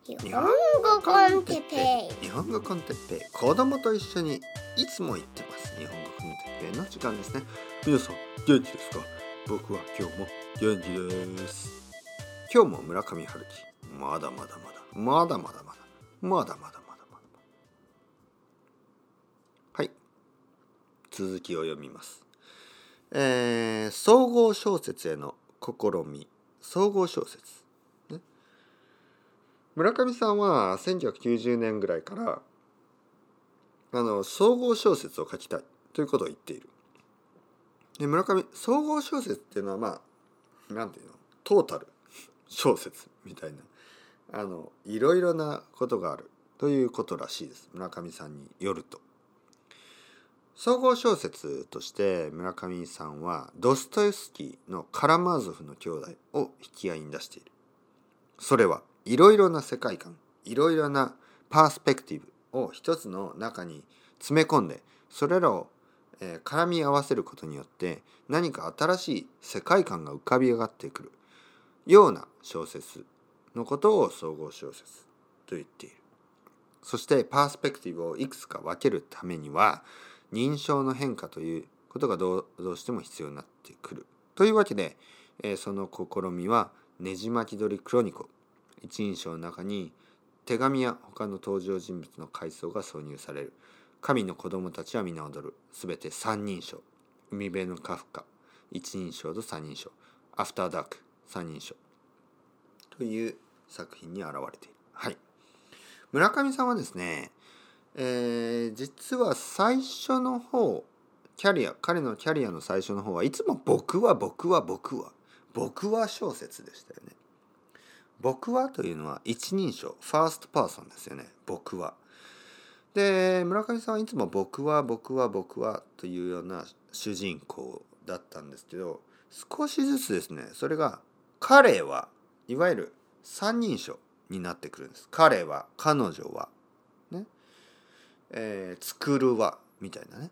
日本語コンテッペイ。 日本語コンテッペイ、子供と一緒にいつも言ってます。日本語コンテッペイの時間ですね。皆さん元気ですか？僕は今日も元気です。今日も村上春樹、まだまだはい、続きを読みます。総合小説への試み。総合小説、ね、村上さんは1990年ぐらいから総合小説を書きたいということを言っている。で、村上、総合小説っていうのはなんていうの、トータル小説みたいないろいろなことがあるということらしいです。村上さんによると、総合小説として村上さんはドストエフスキーのカラマーゾフの兄弟を引き合いに出している。それはいろいろな世界観、いろいろなパースペクティブを一つの中に詰め込んで、それらを絡み合わせることによって何か新しい世界観が浮かび上がってくるような小説のことを総合小説と言っている。そしてパースペクティブをいくつか分けるためには認証の変化ということがどうしても必要になってくるというわけで、その試みはねじ巻き鳥クロニコル、一人称の中に手紙や他の登場人物の回想が挿入される。神の子供たちは皆踊る、すべて三人称。海辺のカフカ、一人称と三人称。アフターダーク、三人称という作品に現れている。はい。村上さんはですね、実は最初の方、彼のキャリアの最初の方はいつも僕は小説でしたよね。僕はというのは一人称、ファーストパーソンですよね。僕は。で、村上さんはいつも僕はというような主人公だったんですけど、少しずつですね、それが彼はいわゆる三人称になってくるんです。彼は、彼女は、ね、作るはみたいなね、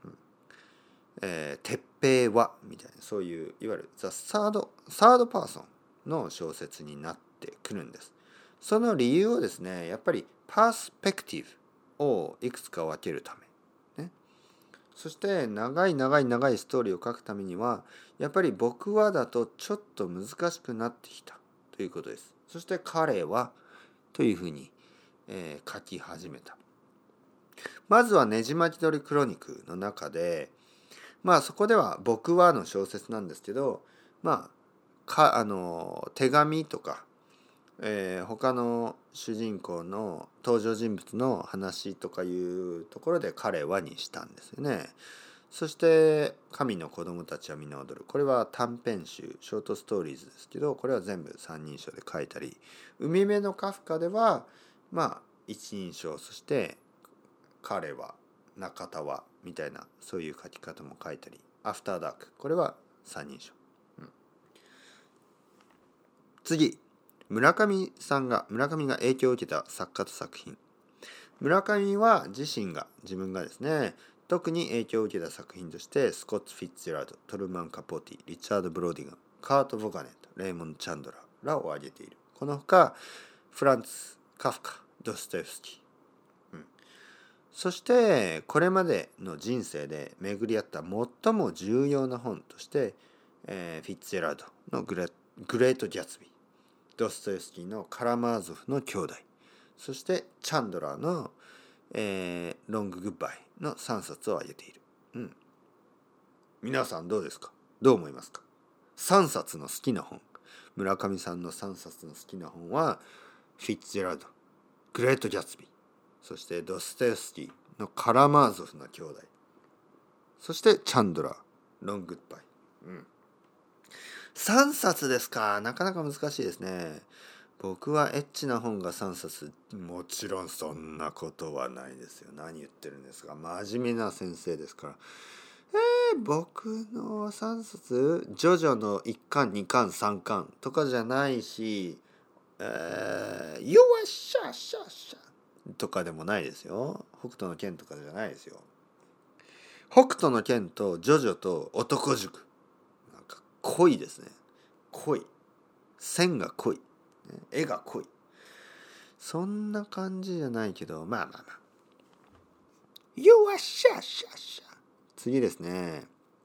鉄平はみたいな、そういういわゆるサードパーソンの小説になってくるんです。その理由をですね、やっぱりパースペクティブをいくつか分けるため、ね、そして長いストーリーを書くためにはやっぱり僕はだとちょっと難しくなってきたということです。そして彼はというふうに、書き始めた。まずはねじ巻き鳥クロニクルの中で、そこでは僕はの小説なんですけど、手紙とか、他の主人公の登場人物の話とかいうところで彼はにしたんですよね。そして神の子供たちは皆踊る、これは短編集ショートストーリーズですけど、これは全部三人称で書いたり、海辺のカフカでは一人称、そして彼は、中田はみたいな、そういう書き方も書いたり、アフターダーク、これは三人称、次、村上が影響を受けた作家と作品。村上は自分がですね、特に影響を受けた作品としてスコット・フィッツジェラルド、トルマン・カポーティ、リチャード・ブローディガン、カート・ボガネット、レイモンド・チャンドラーらを挙げている。このほかフランツ・カフカ、ドストエフスキー、そしてこれまでの人生で巡り合った最も重要な本として、フィッツジェラルドのグレート・ギャツビー、ドストエフスキーのカラマーゾフの兄弟、そしてチャンドラーの、ロング・グッバイの3冊を挙げている。皆さんどうですか？どう思いますか？3冊の好きな本。村上さんの3冊の好きな本はフィッツジェラルド、グレート・ギャツビー、そしてドストエフスキーのカラマーゾフの兄弟、そしてチャンドラー、ロング・グッバイ。3冊ですか。なかなか難しいですね。僕はエッチな本が3冊。もちろんそんなことはないですよ。何言ってるんですか。真面目な先生ですから。僕の3冊、ジョジョの1巻2巻3巻とかじゃないし、よっしゃとかでもないですよ。北斗の拳とかじゃないですよ。北斗の拳とジョジョと男塾、なんか濃いですね。濃い、線が濃い、絵が濃い。 そんな感じじゃないけど、まあ。よっしゃ。次ですね。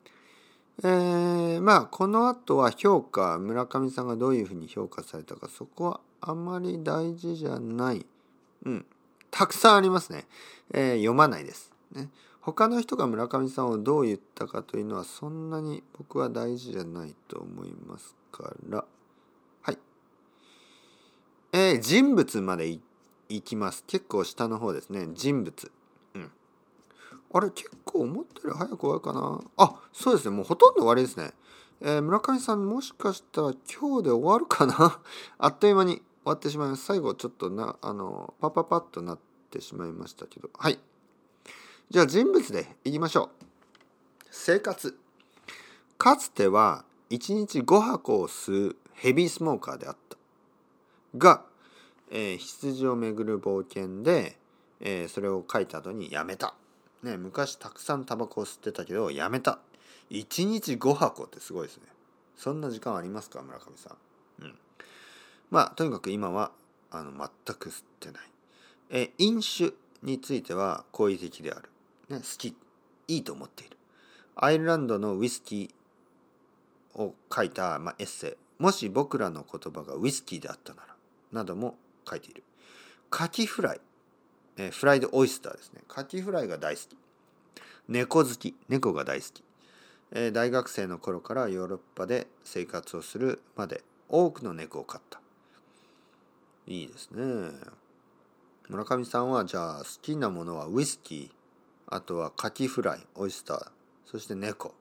まあこの後は評価、村上さんがどういうふうに評価されたか、そこはあまり大事じゃない。たくさんありますね。読まないです。ね。他の人が村上さんをどう言ったかというのはそんなに僕は大事じゃないと思いますから。はい。人物までいきます。結構下の方ですね。人物。あれ結構思ったより早く終わるかな。あ、そうですね。もうほとんど終わりですね。村上さんもしかしたら今日で終わるかなあっという間に終わってしまいます。最後ちょっとパッとなってしまいましたけど。はい。じゃあ人物でいきましょう。生活。かつては1日5箱を吸うヘビースモーカーであったが、羊をめぐる冒険で、それを書いた後にやめた。ね、昔たくさんタバコを吸ってたけどやめた。1日5箱ってすごいですね。そんな時間ありますか、村上さん。まあとにかく今は全く吸ってない。飲酒については好意的である、ね、好き、いいと思っている。アイルランドのウイスキーを書いた、エッセイ、もし僕らの言葉がウイスキーであったならなども書いている。カキフライ、フライドオイスターですね。カキフライが大好き。猫好き、猫が大好き。大学生の頃からヨーロッパで生活をするまで多くの猫を飼った。いいですね。村上さんはじゃあ好きなものはウイスキー、あとはカキフライ、オイスター、そして猫。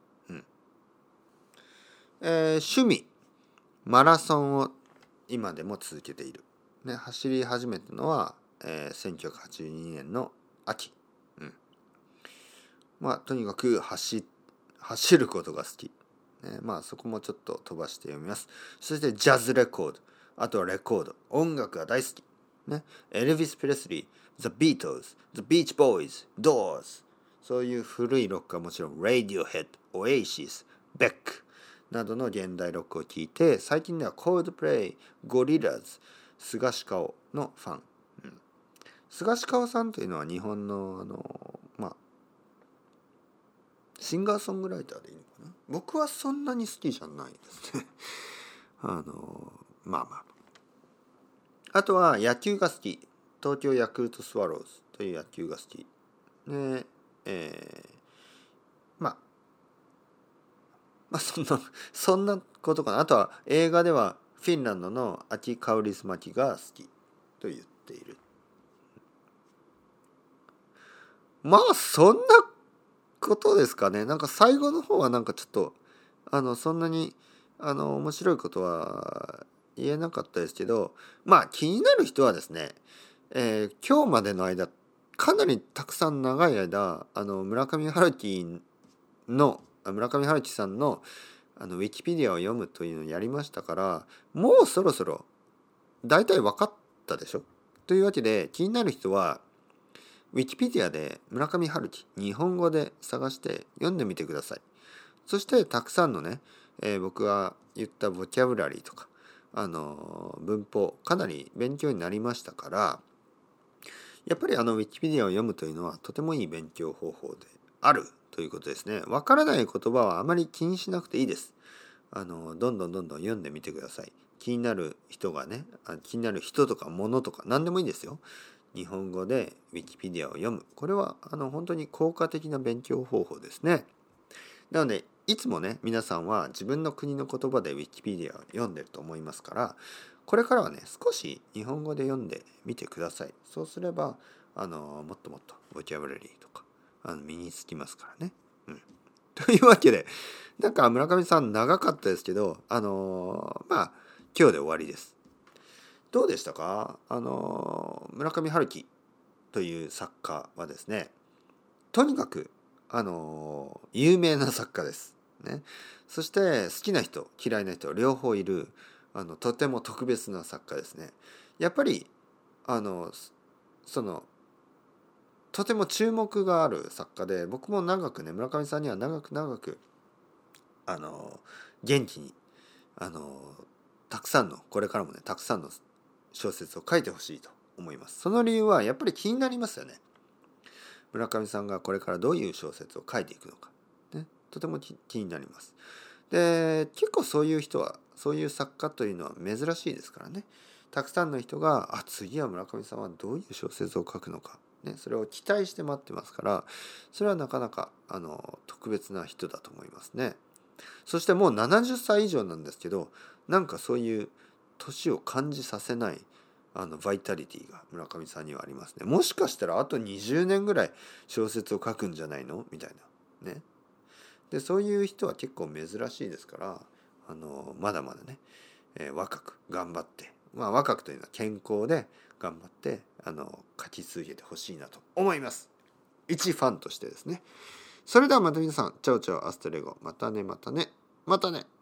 趣味、マラソンを今でも続けている。ね、走り始めたのは、1982年の秋。とにかく走ることが好き。ね、そこもちょっと飛ばして読みます。そしてジャズレコード、あとはレコード、音楽が大好き。ね、エルヴィス・プレスリー、The Beatles、The Beach Boys、Doors、そういう古いロックはもちろん、Radiohead、Oasis、Beck などの現代ロックを聴いて、最近では Coldplay、Gorillaz、菅氏顔のファン。菅氏顔さんというのは日本のシンガーソングライターでいいのかな。僕はそんなに好きじゃないですね。あとは野球が好き。東京ヤクルトスワローズという野球が好き。で、そんなことかな。あとは映画ではフィンランドのアキ・カウリスマキが好きと言っている。そんなことですかね。なんか最後の方はなんかちょっとそんなに面白いことは言えなかったですけど、気になる人はですね、今日までの間かなりたくさん長い間村上春樹さんのウィキペディアを読むというのをやりましたから、もうそろそろ大体分かったでしょ。というわけで気になる人はウィキペディアで村上春樹日本語で探して読んでみてください。そしてたくさんのね、僕が言ったボキャブラリーとか文法かなり勉強になりましたから、やっぱりウィキペディアを読むというのはとてもいい勉強方法であるということですね。わからない言葉はあまり気にしなくていいです。どんどん読んでみてください。気になる人がね、気になる人とか物とか何でもいいんですよ。日本語でウィキペディアを読む。これは本当に効果的な勉強方法ですね。なのでいつもね、皆さんは自分の国の言葉でウィキペディアを読んでると思いますから、これからはね、少し日本語で読んでみてください。そうすればもっともっとボキャブラリーとか身につきますからね。というわけで、なんか村上さん長かったですけど、今日で終わりです。どうでしたか？村上春樹という作家はですね、とにかく有名な作家です。ね。そして好きな人、嫌いな人両方いるとても特別な作家ですね。やっぱりとても注目がある作家で、僕も長くね、村上さんには長く元気にたくさんのこれからもね、たくさんの小説を書いてほしいと思います。その理由はやっぱり気になりますよね。村上さんがこれからどういう小説を書いていくのか、ね、とても気になります。で、結構そういう人は、そういう作家というのは珍しいですからね。たくさんの人が次は村上さんはどういう小説を書くのか、ね、それを期待して待ってますから、それはなかなか特別な人だと思いますね。そしてもう70歳以上なんですけど、なんかそういう年を感じさせないバイタリティが村上さんにはありますね。もしかしたらあと20年ぐらい小説を書くんじゃないのみたいなね。でそういう人は結構珍しいですから、まだまだね、若く頑張って、若くというのは健康で頑張って書き続けてほしいなと思います。一ファンとしてですね。それではまた皆さん、チャオチャオアストレゴ、またねまたねまたね。